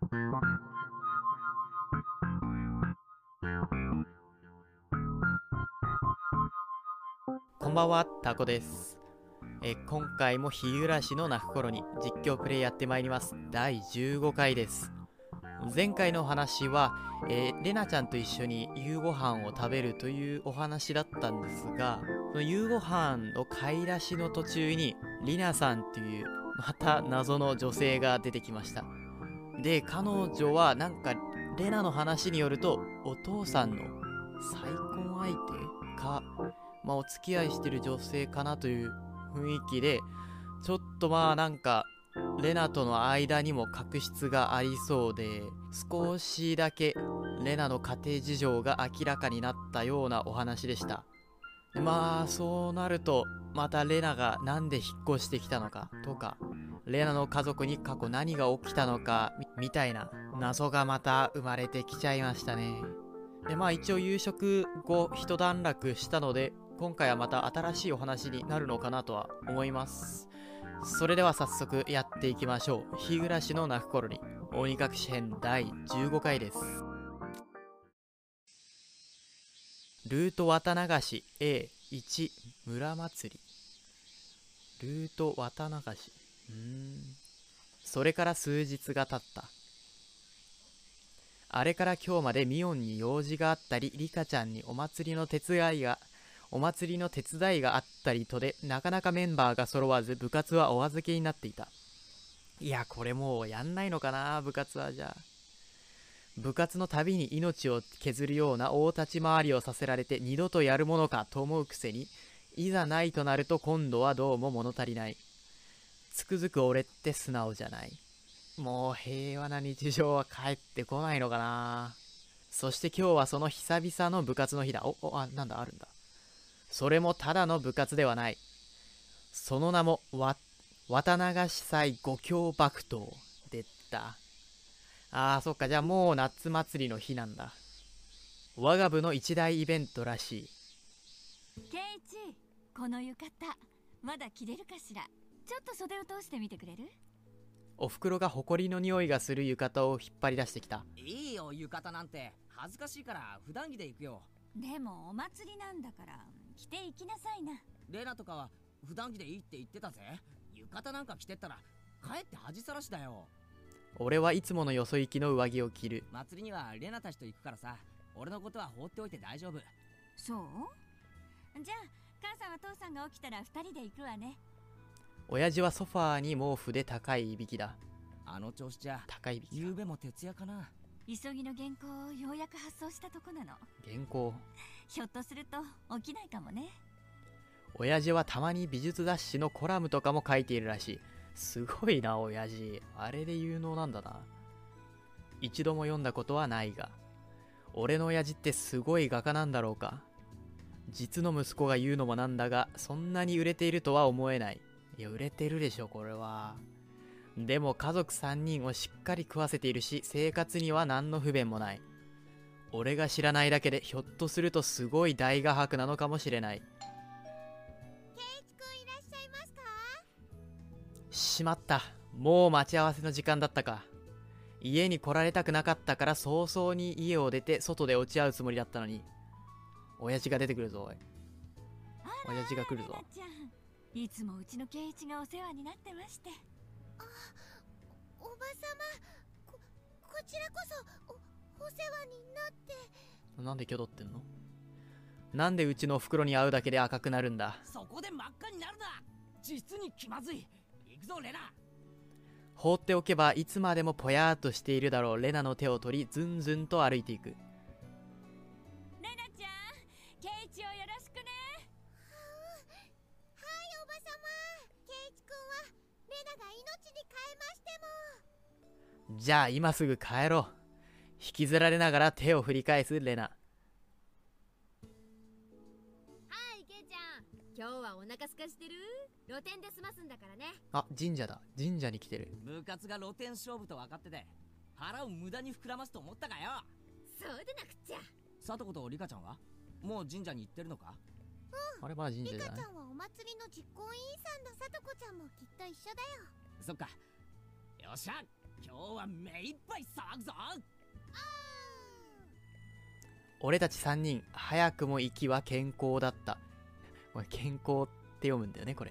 こんばんは、タコです。今回も日暮らしの泣く頃に実況プレイやってまいります。第15回です。前回のお話は、レナちゃんと一緒に夕ご飯を食べるというお話だったんですが、その夕ご飯の買い出しの途中にリナさんっていうまた謎の女性が出てきました。で、彼女はなんかレナの話によるとお父さんの再婚相手か、お付き合いしてる女性かなという雰囲気で、ちょっとなんかレナとの間にも確執がありそうで、少しだけレナの家庭事情が明らかになったようなお話でした。でそうなるとまたレナがなんで引っ越してきたのかとか、レナの家族に過去何が起きたのかみたいな謎がまた生まれてきちゃいましたね。で一応夕食後一段落したので、今回はまた新しいお話になるのかなとは思います。それでは早速やっていきましょう。日暮らしの泣く頃に鬼隠し編第15回です。ルート綿流し A1 村祭り。ルート綿流し。それから数日が経った。あれから今日までミオンに用事があったり、リカちゃんにお祭りの手伝いがあったりとで、なかなかメンバーが揃わず部活はお預けになっていた。いや、これもうやんないのかな、部活は。じゃあ部活のたびに命を削るような大立ち回りをさせられて、二度とやるものかと思うくせに、いざないとなると今度はどうも物足りない。つくづく俺って素直じゃない。もう平和な日常は帰ってこないのかな。そして今日はその久々の部活の日だ。なんだ、あるんだ。それもただの部活ではない。その名も綿流し祭五強爆闘でった。そっか、じゃあもう夏祭りの日なんだ。我が部の一大イベントらしい。 ケイイチ、この浴衣まだ着れるかしら。ちょっと袖を通してみてくれる？ おふくろが埃の匂いがする浴衣を引っ張り出してきた。 いいよ、浴衣なんて恥ずかしいから普段着で行くよ。 でもお祭りなんだから着て行きなさいな。 レナとかは普段着でいいって言ってたぜ。浴衣なんか着てったらかえって恥さらしだよ。 俺はいつものよそ行きの上着を着る。 祭りにはレナたちと行くからさ、俺のことは放っておいて大丈夫。 そう？じゃあ母さんは父さんが起きたら2人で行くわね。 親父はソファーに毛布で高いいびきだ。 あの調子じゃ高いいびき。 夕べも徹夜かな。 急ぎの原稿をようやく発送したとこなの。 原稿？ ひょっとすると起きないかもね。 親父はたまに美術雑誌のコラムとかも書いているらしい。すごいな親父、あれで有能なんだな。一度も読んだことはないが、俺の親父ってすごい画家なんだろうか。実の息子が言うのもなんだが、そんなに売れているとは思えない。いや、売れてるでしょこれは。でも家族3人をしっかり食わせているし、生活には何の不便もない。俺が知らないだけで、ひょっとするとすごい大画伯なのかもしれない。 ケイチくんいらっしゃいますか？ しまった、もう待ち合わせの時間だったか。家に来られたくなかったから早々に家を出て外で落ち合うつもりだったのに。親父が出てくるぞ。おい、親父が来るぞ。 ちゃん、いつもうちのケイイチがお世話になってまして。 おばさま、こちらこそお世話になって。 なんで挙動ってんの？なんでうちのお袋に会うだけで赤くなるんだ。 そこで真っ赤になるな。実に気まずい。行くぞレナ。 放っておけばいつまでもぽやーっとしているだろうレナの手を取り、ずんずんと歩いていく。 レナちゃん、ケイイチをよろしくね。 はい、おばさま。ケイチくんはレナが命に変えましても。 じゃあ今すぐ帰ろう。引きずられながら手を振り返すレナ。 はい、ケイちゃん、今日はお腹すかしてる？露店で済ますんだからね。 神社だ。神社に来てる。 部活が露天勝負と分かってて腹を無駄に膨らますと思ったかよ。 そうでなくっちゃ。 さとことリカちゃんはもう神社に行ってるのか？ あれまだ神社じゃない？ リカちゃんはお祭りの実行委員さんのさとこちゃんもきっと一緒だよ。 そっか。よっしゃ、 今日は目いっぱい騒ぐぞ。 俺たち3人早くも息は健康だった。これ健康って読むんだよねこれ。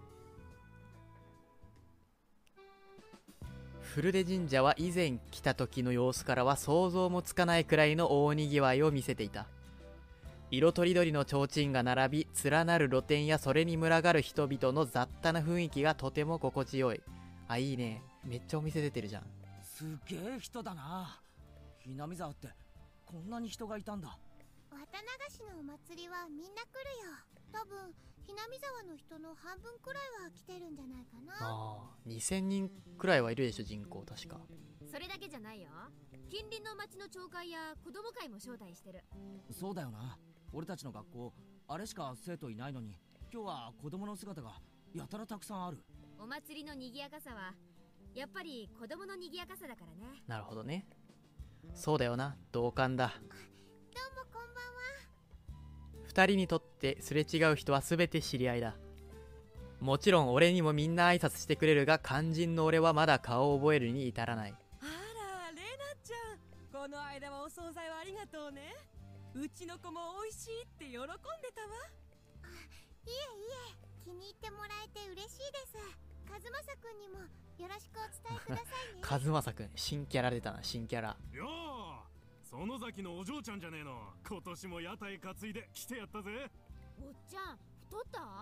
古出神社は以前来た時の様子からは想像もつかないくらいの大にぎわいを見せていた。色とりどりの提灯が並び、連なる露店やそれに群がる人々の雑多な雰囲気がとても心地よい。あ、いいね。めっちゃお店出てるじゃん。 すげえ人だな。ひなみ沢ってこんなに人がいたんだ。 綿流しのお祭りはみんな来るよ。多分ひなみ沢の人の半分くらいは来てるんじゃないかな。 ああ、2000人くらいはいるでしょ人口確か。 それだけじゃないよ。近隣の町の町会や子供会も招待してる。 そうだよな。俺たちの学校あれしか生徒いないのに、今日は子供の姿がやたらたくさんある。 お祭りの賑やかさはやっぱり子供の賑やかさだからね。 なるほどね。そうだよな、同感だ。 どうもこんばんは。 2人にとってすれ違う人は全て知り合いだ。もちろん俺にもみんな挨拶してくれるが、肝心の俺はまだ顔を覚えるに至らない。 あら、レナちゃん、この間はお惣菜をありがとうね。うちの子も美味しいって喜んでたわ。 いえいえ、気に入ってもらえて嬉しいです。和正くんにもよろしくお伝えくださいね。 和正くん、新キャラ出たな、新キャラ。 よー、園崎のお嬢ちゃんじゃねえの。今年も屋台担いで来てやったぜ。 おっちゃん太った？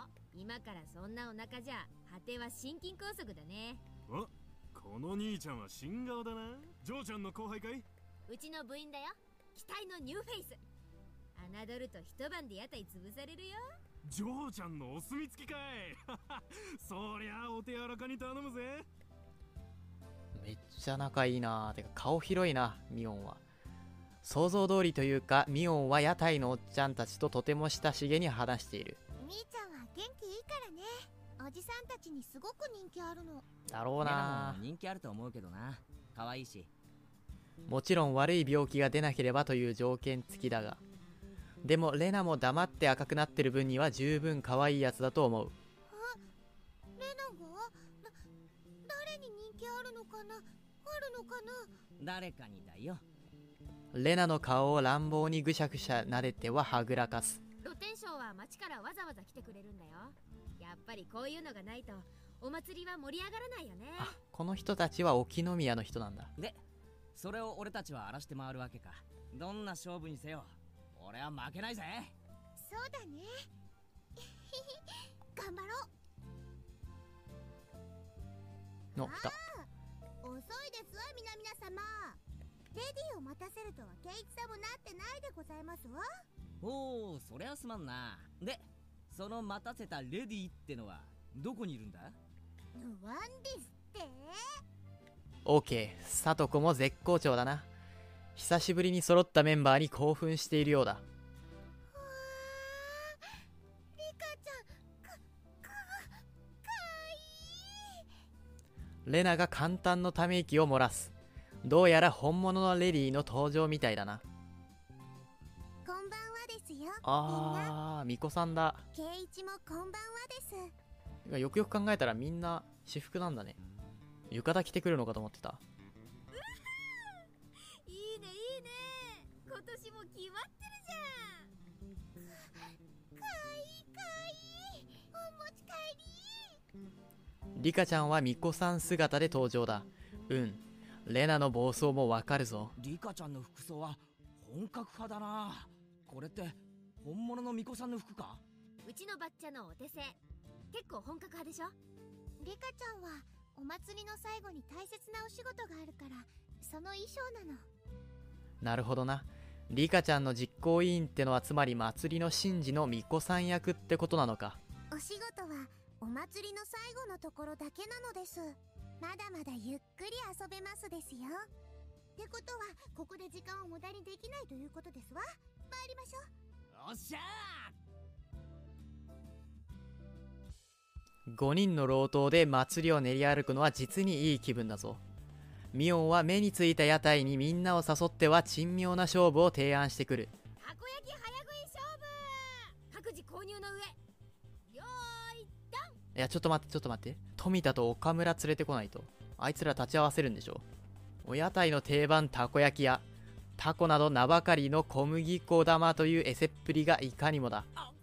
今からそんなお腹じゃ果ては心筋梗塞だね。 あ、この兄ちゃんは新顔だな。嬢ちゃんの後輩かい？ うちの部員だよ。期待のニューフェイス。侮ると一晩で屋台潰されるよ。 嬢ちゃんのお墨付きかい。そりゃお手柔らかに頼むぜ。 めっちゃ仲いいな。てか顔広いな、ミオンは。想像通りというか、ミオンは屋台のおっちゃんたちととても親しげに話している。 みーちゃんは元気いいからね。おじさんたちにすごく人気あるの。 だろうな。 人気あると思うけどな。可愛いし。 もちろん悪い病気が出なければという条件付きだが、でもレナも黙って赤くなってる分には十分可愛いやつだと思う。 レナが誰に人気あるのかな、あるのかな。 誰かにだよ。 レナの顔を乱暴にぐしゃぐしゃ撫でてははぐらかす。 露天商は町からわざわざ来てくれるんだよ。やっぱりこういうのがないとお祭りは盛り上がらないよね。 あ、この人たちは沖宮の人なんだ。 で、それを俺たちは荒らして回るわけか。どんな勝負にせよ俺は負けないぜ。 そうだね。頑張ろう。 の、来た。 遅いですわ皆様。レディーを待たせるとはケイチさんもなってないでございますわ。 おお、そりゃすまんな。で、その待たせたレディーってのはどこにいるんだ？ ワンですって。 オーケー、サトコも絶好調だな。久しぶりに揃ったメンバーに興奮しているようだ。 リカちゃん、かわいい。 レナが簡単のため息を漏らす。どうやら本物のレディーの登場みたいだな。 こんばんはですよ。 あー、ミコさんだ。 ケイチもこんばんはです。 よくよく考えたらみんな私服なんだね。浴衣着てくるのかと思ってた。 いいねいいね。今年も決まってるじゃん。 かわいいかわいい。お持ち帰り。 リカちゃんはミコさん姿で登場だ。うん、レナの暴走もわかるぞ。 リカちゃんの服装は本格派だな。これって本物の巫女さんの服か？ うちのバッチャのお手製。結構本格派でしょ。 リカちゃんはお祭りの最後に大切なお仕事があるからその衣装なの。 なるほどな。リカちゃんの実行委員ってのはつまり祭りの神事の巫女さん役ってことなのか。 お仕事はお祭りの最後のところだけなのです。まだまだゆっくり遊べますですよ。ってことはここで時間を無駄にできないということですわ。参りましょう。 おっしゃー。5人の老頭で祭りを練り歩くのは実にいい気分だぞ。ミオンは目についた屋台にみんなを誘っては珍妙な勝負を提案してくる。 たこ焼き早食い勝負。各自購入の上。よーいドン。 いや、ちょっと待って。富田と岡村連れてこないと。あいつら立ち会わせるんでしょ。 お屋台の定番たこ焼きやタコなど名ばかりの小麦粉玉というエセっぷりがいかにもだ。 ケイ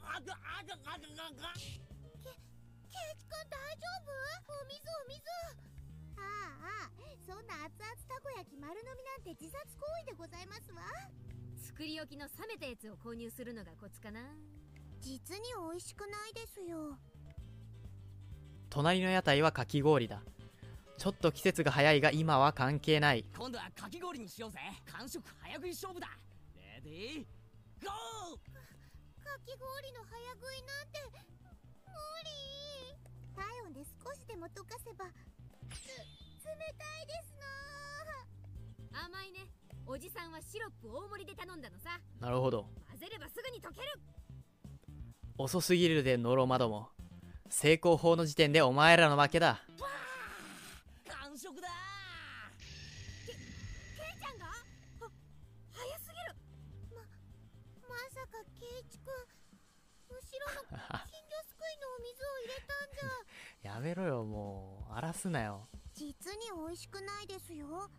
チくん大丈夫？お水お水。ああ、そんな熱々たこ焼き丸飲みなんて自殺行為でございますわ。 作り置きの冷めたやつを購入するのがコツかな。 実に美味しくないですよ。 隣の屋台はかき氷だ。ちょっと季節が早いが今は関係ない。 今度はかき氷にしようぜ。完食早食い勝負だ。レディーゴー。 かき氷の早食いなんて無理。体温で少しでも溶かせば冷たいですの。 甘いね。おじさんはシロップ大盛りで頼んだのさ。 なるほど。 混ぜればすぐに溶ける。 遅すぎるでノロマども。成功法の時点でお前らの負けだ。 完食だ。 ケイちゃんが早すぎる。 まさかケイチくん後ろの金魚すくいのお水を入れたんじゃ。 やめろよ、もう荒らすなよ。 実に美味しくないですよ。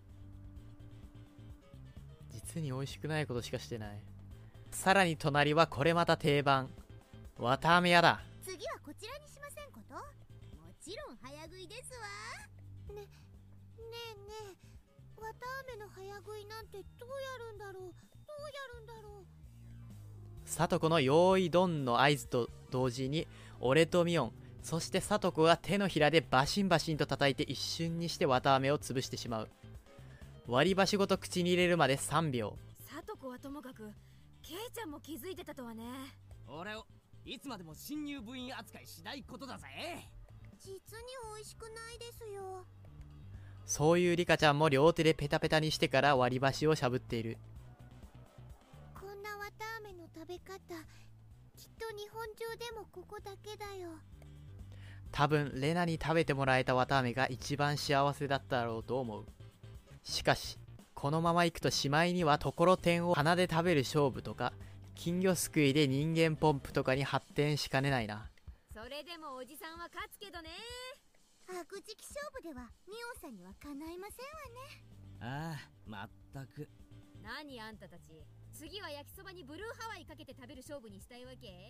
実に美味しくないことしかしてない。さらに隣はこれまた定番、わたあめ屋だ。 次はこちらにしませんこと？もちろん早食いですわ。ねえねえ、わたあめの早食いなんてどうやるんだろう。どうやるんだろう。 さとこの用意ドンの合図と同時に俺とミオン、そしてさとこが手のひらでバシンバシンと叩いて一瞬にしてわたあめを潰してしまう。割り箸ごと口に入れるまで3秒。 さとこはともかくケイちゃんも気づいてたとはね。 俺をいつまでも新入部員扱いしないことだぜ。 実に美味しくないですよ。 そういうリカちゃんも両手でペタペタにしてから割り箸をしゃぶっている。 こんなわたあめの食べ方、きっと日本中でもここだけだよ。 多分レナに食べてもらえたわたあめが一番幸せだっただろうと思う。しかしこのままいくとしまいにはところてんを鼻で食べる勝負とか金魚すくいで人間ポンプとかに発展しかねないな。 それでもおじさんは勝つけどね。 悪時期勝負ではミオンさんにはかないませんわね。 ああ、まったく。 何あんたたち、次は焼きそばにブルーハワイかけて食べる勝負にしたいわけ？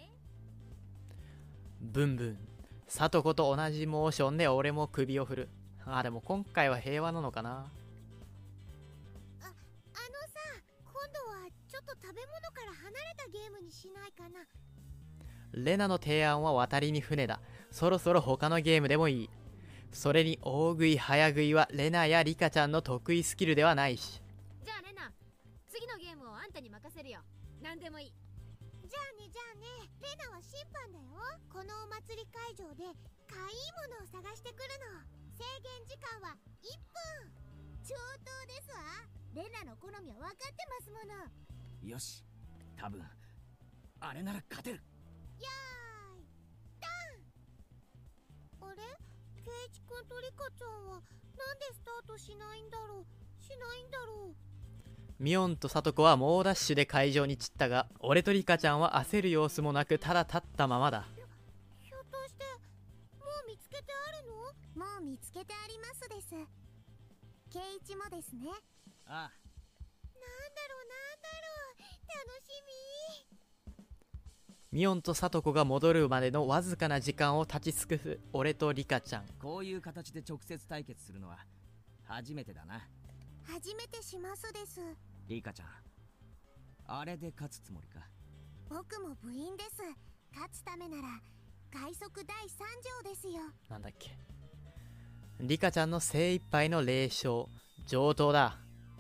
ブンブン、さとこと同じモーションで俺も首を振る。でも今回は平和なのかな。 さ、今度はちょっと食べ物から離れたゲームにしないかな。 レナの提案は渡りに船だ。そろそろ他のゲームでもいい。それに大食い早食いはレナやリカちゃんの得意スキルではないし。 じゃあレナ、次のゲームをあんたに任せるよ。何でもいい。 じゃあね、レナは審判だよ。このお祭り会場でかいいものを探してくるの。制限時間は1分。上等ですわ。レナの好みは分かってますもの。 よし、多分あれなら勝てる。 よーいドン。あれ、ケイチくんとリカちゃんはなんでスタートしないんだろう。 ミオンとサトコは猛ダッシュで会場に散ったが、俺とリカちゃんは焦る様子もなくただ立ったままだ。 ひょっとしてもう見つけてあるの？もう見つけてありますです。ケイイチもですね。 ああ、 なんだろう、楽しみ。 ミオンとサトコが戻るまでのわずかな時間を立ち尽くす俺とリカちゃん。 こういう形で直接対決するのは初めてだな。 初めてしますです。 リカちゃん、あれで勝つつもりか？ 僕も部員です。勝つためなら快速第3条ですよ。 なんだっけ。リカちゃんの精一杯の霊障上等だ。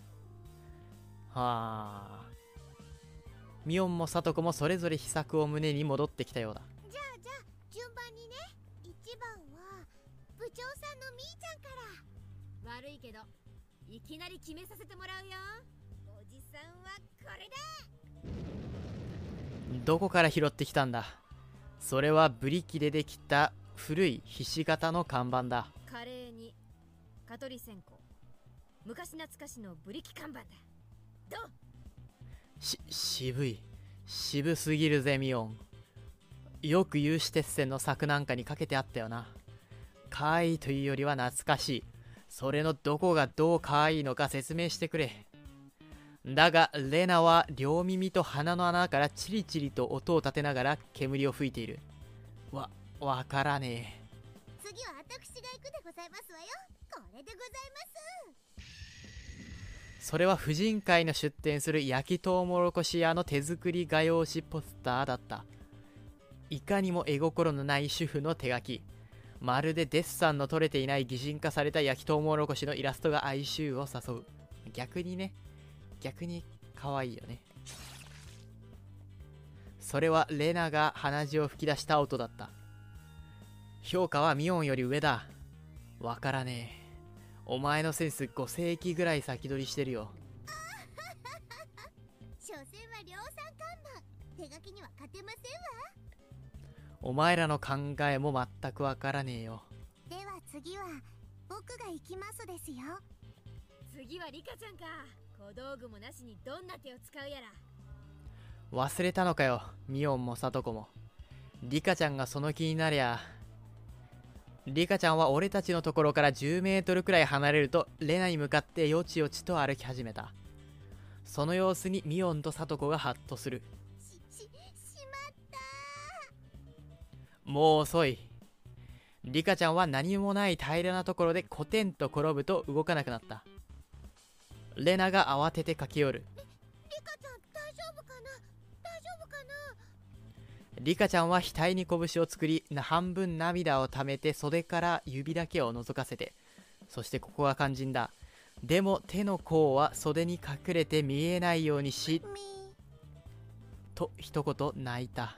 はあ。ミオンもサトコもそれぞれ秘策を胸に戻ってきたようだ。 じゃあ順番にね。1番は部長さんのみーちゃんから。 悪いけどいきなり決めさせてもらうよ。おじさんはこれだ。 どこから拾ってきたんだ。それはブリキでできた古いひし形の看板だ。 カレーに蚊取り線香、昔懐かしのブリキ看板だ。どう？ 渋すぎるぜミオン。よく有刺鉄線の柵なんかにかけてあったよな。かわいいというよりは懐かしい。 それのどこがどう可愛いのか説明してくれ。だがレナは両耳と鼻の穴からチリチリと音を立てながら煙を吹いている。わからねえ。 次は私が行くでございますわよ。これでございます。 それは婦人会の出店する焼きとうもろこし屋の手作り画用紙ポスターだった。いかにも絵心のない主婦の手書き。まるでデッサンの取れていない擬人化された焼きとうもろこしのイラストが哀愁を誘う。逆に可愛いよね。それはレナが鼻血を吹き出した音だった。評価はミオンより上だ。わからねえ。お前のセンス5世紀ぐらい先取りしてるよ。 所詮は量産看板。手書きには勝てませんわ。 お前らの考えも全くわからねえよ。 では次は僕が行きますですよ。 次はリカちゃんか。小道具もなしにどんな手を使うやら。 忘れたのかよ、ミオンもサトコも。リカちゃんがその気になりゃ。リカちゃんは俺たちのところから10メートルくらい離れるとレナに向かってよちよちと歩き始めた。その様子にミオンとサトコがハッとする。 しまったもう遅い。リカちゃんは何もない平らなところでコテンと転ぶと動かなくなった。レナが慌てて駆け寄る。 リカちゃん大丈夫かな。 リカちゃんは額に拳を作り、半分涙をためて袖から指だけを覗かせて、そしてここが肝心だ。でも手の甲は袖に隠れて見えないようにし、と一言泣いた。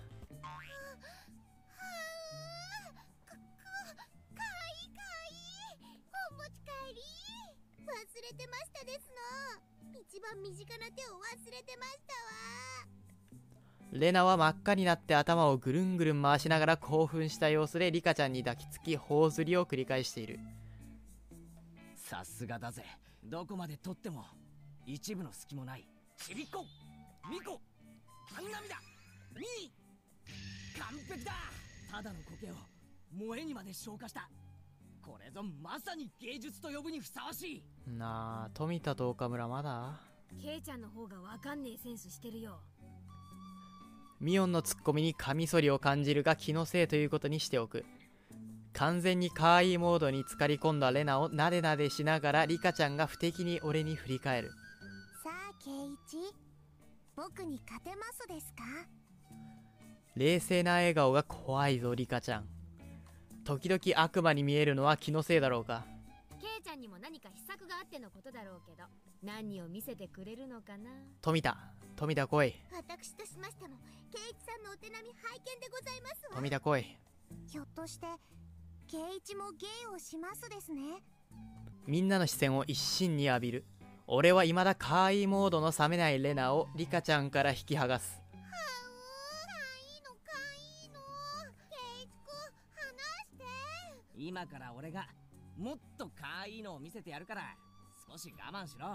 お持ち帰り忘れてましたですの。一番身近な手を忘れてましたわ。 レナは真っ赤になって頭をぐるんぐるん回しながら興奮した様子でリカちゃんに抱きつき頬ずりを繰り返している。 さすがだぜ。どこまで取っても一部の隙もない。ちびっこミコ半波だミー完璧だ。ただの苔を萌えにまで昇華した。これぞまさに芸術と呼ぶにふさわしい。 なあ、富田と岡村まだ？ ケイちゃんの方がわかんねえセンスしてるよ。 ミオンのツッコミにカミソリを感じるが気のせいということにしておく。完全にカワイイモードに浸かり込んだレナをなでなでしながらリカちゃんが不敵に俺に振り返る。 さあケイイチ、僕に勝てますですか。 冷静な笑顔が怖いぞリカちゃん。時々悪魔に見えるのは気のせいだろうか。 ケイちゃんにも何か秘策があってのことだろうけど、何を見せてくれるのかな。 富田来い。 私としましてもケイイチさんのお手並み拝見でございますわ。 富田来い。 ひょっとしてケイイチも芸をしますですね。 みんなの視線を一身に浴びる。俺は未だカワイイモードの冷めないレナをリカちゃんから引き剥がす。 かいいのケイイチくん離して。 今から俺がもっとかわいいのを見せてやるから少し我慢しろ。 もっ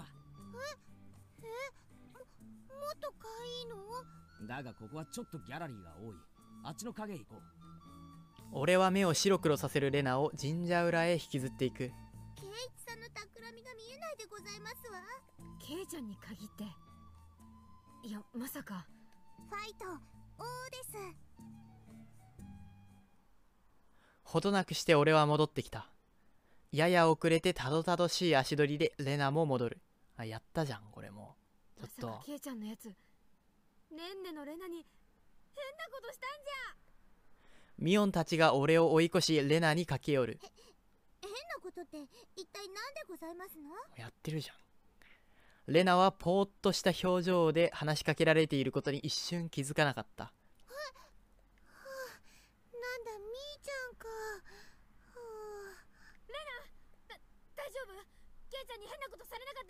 とかいいの。 だがここはちょっとギャラリーが多い。あっちの影へ行こう。 俺は目を白黒させるレナを神社裏へ引きずっていく。 ケイイチさんの企みが見えないでございますわ。 ケイちゃんに限って。いや、まさか。 ファイト王です。 ほどなくして俺は戻ってきた。やや遅れてたどたどしい足取りでレナも戻る。あ、やったじゃんこれも。ちょっとまさかケイちゃんのやつ、ねんねのレナに変なことしたんじゃ。 ミオンたちが俺を追い越しレナに駆け寄る。 変なことって一体何でございますの。 やってるじゃん。レナはぽーっとした表情で話しかけられていることに一瞬気づかなかった。 なんだみーちゃんか。 レナ、大丈夫？ケイちゃんに変なことされなかった？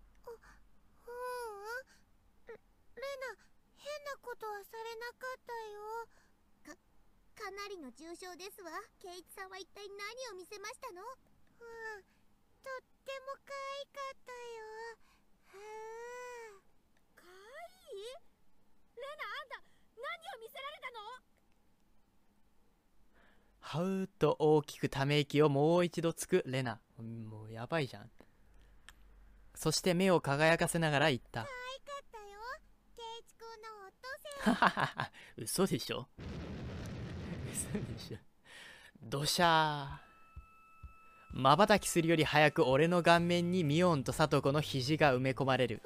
レナ、変なことはされなかったよ。かなりの重傷ですわ。ケイイチさんは一体何を見せましたの。とっても可愛かったよ。 かわいい？レナ、あんた何を見せられたの？ はうと大きくため息をもう一度つくレナ。もうやばいじゃん。そして目を輝かせながら言った。 可愛かったよ、ケイチ君のオットセイ。 はははは、嘘でしょ。嘘でしょ。どしゃー。瞬きするより早く俺の顔面にミオンとサトコの肘が埋め込まれる。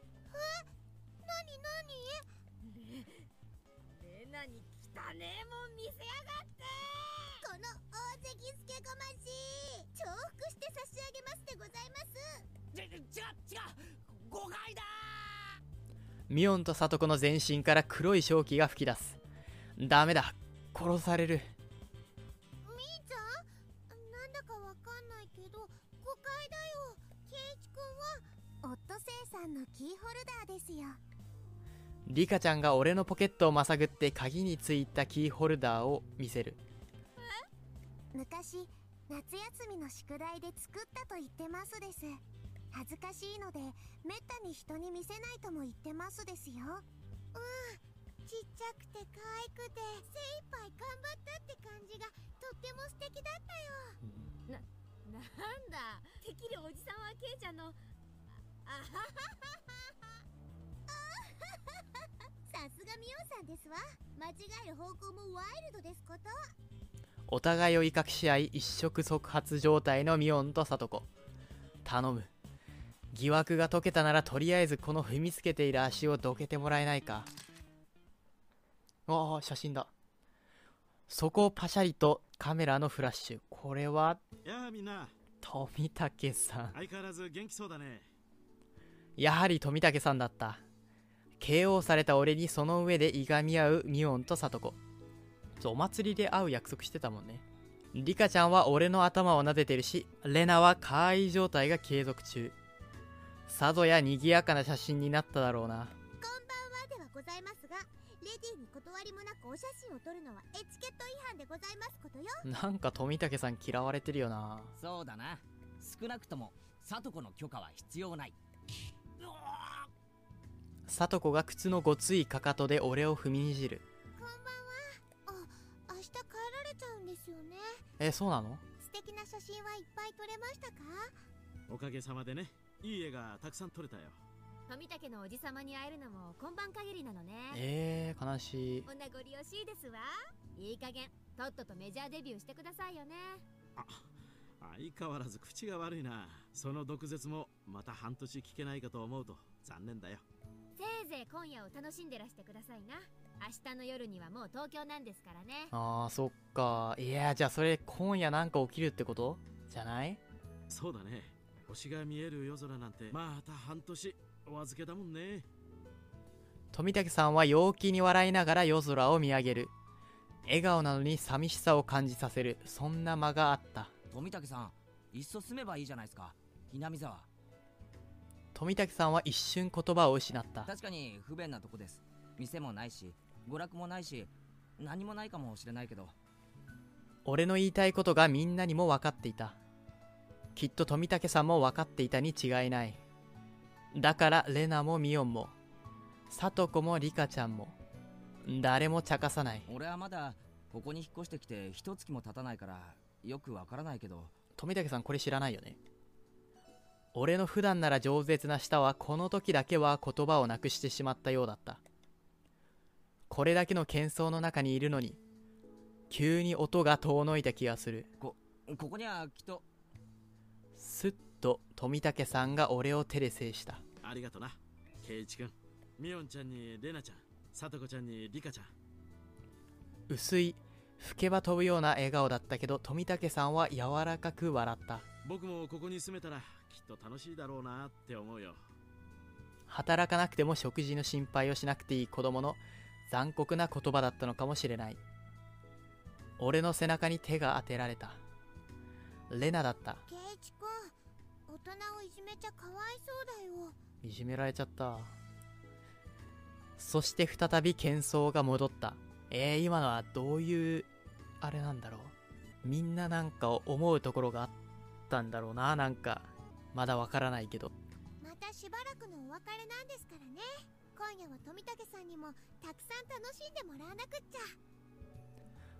レナに汚ねえもん見せやがって。 この大関スケゴマシ重複して差し上げますでございます。 違う誤解だ。 ミオンとサトコの全身から黒い瘴気が噴き出す。ダメだ、殺される。 みーちゃん、なんだかわかんないけど誤解だよ。ケイチ君はオットセイさんのキーホルダーですよ。 リカちゃんが俺のポケットをまさぐって鍵についたキーホルダーを見せる。 昔夏休みの宿題で作ったと言ってますです。恥ずかしいのでめったに人に見せないとも言ってますですよ。ちっちゃくて可愛くて精一杯頑張ったって感じがとっても素敵だったよ。 なんだ、てっきりおじさんはケイちゃんのさすがミオさんですわ。間違える方向もワイルドですこと。 お互いを威嚇し合い一触即発状態のミオンとサトコ。頼む、疑惑が解けたならとりあえずこの踏みつけている足をどけてもらえないか。ああ、写真だ。そこをパシャリとカメラのフラッシュ。これはやあみんな、 富武さん。 相変わらず元気そうだね。 やはり富武さんだった。KO された俺にその上でいがみ合うミオンとサトコ。お祭りで会う約束してたもんね。リカちゃんは俺の頭を撫でてるし、レナは可愛い状態が継続中。さぞや賑やかな写真になっただろうな。 こんばんはではございますが、レディーに断りもなくお写真を撮るのはエチケット違反でございますことよ。 なんか富武さん嫌われてるよな。 そうだな。少なくともサトコの許可は必要ない。 サトコが靴のごついかかとで俺を踏みにじる。 こんばんは。明日帰られちゃうんですよね。 そうなの？ 素敵な写真はいっぱい撮れましたか？ おかげさまでね、いい絵がたくさん撮れたよ。 富武のおじさまに会えるのも今晩限りなのね。 悲しい。 お名残惜しいですわ。いい加減とっととメジャーデビューしてくださいよね。 相変わらず口が悪いな。その毒舌もまた半年聞けないかと思うと残念だよ。 せいぜい今夜を楽しんでらしてくださいな。明日の夜にはもう東京なんですからね。 あー、そっか。いや、じゃあそれ今夜なんか起きるってことじゃない？ そうだね。星が見える夜空なんてまた半年お預けだもんね。 富武さんは陽気に笑いながら夜空を見上げる。笑顔なのに寂しさを感じさせる、そんな間があった。 富武さん、いっそ住めばいいじゃないですか、南沢。 富武さんは一瞬言葉を失った。 確かに不便なとこです。店もないし娯楽もないし何もないかもしれないけど。 俺の言いたいことがみんなにも分かっていた。きっと富武さんも分かっていたに違いない。だからレナもミオンもサトコもリカちゃんも誰も茶化さない。 俺はまだここに引っ越してきて一月も経たないからよくわからないけど。 富武さんこれ知らないよね。俺の普段なら饒舌な舌はこの時だけは言葉をなくしてしまったようだった。これだけの喧騒の中にいるのに急に音が遠のいた気がする。 ここにはきっと。 すっと富武さんが俺を手で制した。 ありがとな、ケイチ君。ミオンちゃんにレナちゃん、サトコちゃんにリカちゃん。 薄い吹けば飛ぶような笑顔だったけど、富武さんは柔らかく笑った。 僕もここに住めたらきっと楽しいだろうなって思うよ。 働かなくても食事の心配をしなくていい子供の残酷な言葉だったのかもしれない。俺の背中に手が当てられた。レナだった。 ケイチ君、大人をいじめちゃかわいそうだよ。 いじめられちゃった。そして再び喧騒が戻った。今のはどういうあれなんだろう。みんななんか思うところがあったんだろうな。なんかまだわからないけど。 またしばらくのお別れなんですからね。今夜は富武さんにもたくさん楽しんでもらわなくっちゃ。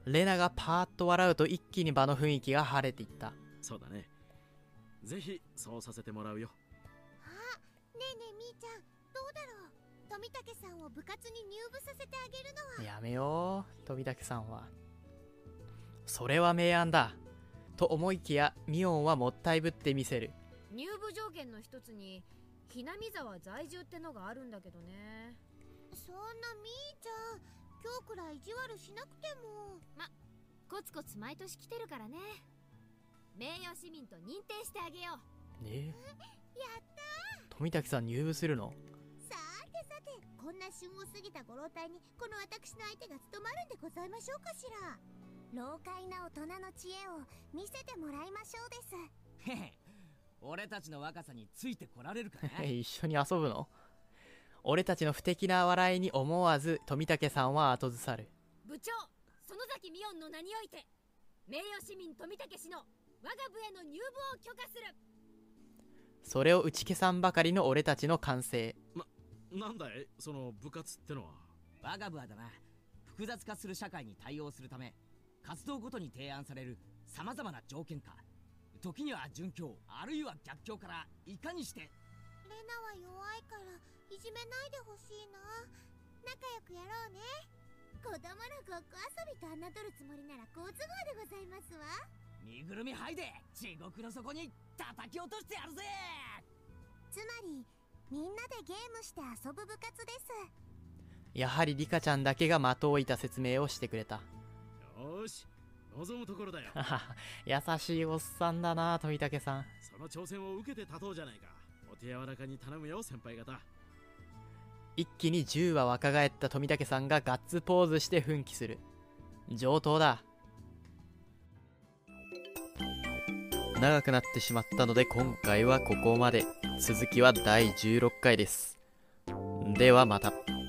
レナがパーッと笑うと一気に場の雰囲気が晴れていった。 そうだね。ぜひそうさせてもらうよ。 あ、ねえねえみーちゃん、どうだろう。富武さんを部活に入部させてあげるのは。 やめよう、富武さんは。それは明暗だ。と思いきや、ミオンはもったいぶってみせる。 入部条件の一つにひなみ沢在住ってのがあるんだけどね。 そんなみーちゃん、今日くらい意地悪しなくても。 コツコツ毎年来てるからね。名誉市民と認定してあげよう。 やった富武さん入部するの？ ー。さてさて、こんな旬を過ぎたご老体にこの私の相手が務まるんでございましょうかしら。老快な大人の知恵を見せてもらいましょうです。 へへ、俺たちの若さについてこられるかな。 一緒に遊ぶの？俺たちの不敵な笑いに思わず富武さんは後ずさる。 部長、園崎美音の名において名誉市民富武氏の我が部への入部を許可する。 それを打ち消さんばかりの俺たちの歓声。 なんだいその部活ってのは。 我が部はだな、複雑化する社会に対応するため活動ごとに提案されるさまざまな条件か、時には準教あるいは逆教からいかにして。 レナは弱いからいじめないでほしいな。仲良くやろうね。子供のごっこ遊びと侮るつもりなら好都合でございますわ。 身ぐるみ剥いで地獄の底に叩き落としてやるぜ。 つまりみんなでゲームして遊ぶ部活です。 やはりリカちゃんだけが的を置いた説明をしてくれた。 よーし、望むところだよ。 優しいおっさんだな、富武さん。 その挑戦を受けて立とうじゃないか。お手柔らかに頼むよ先輩方。 一気に10羽若返った富武さんがガッツポーズして奮起する。上等だ。長くなってしまったので今回はここまで。続きは第16回です。ではまた。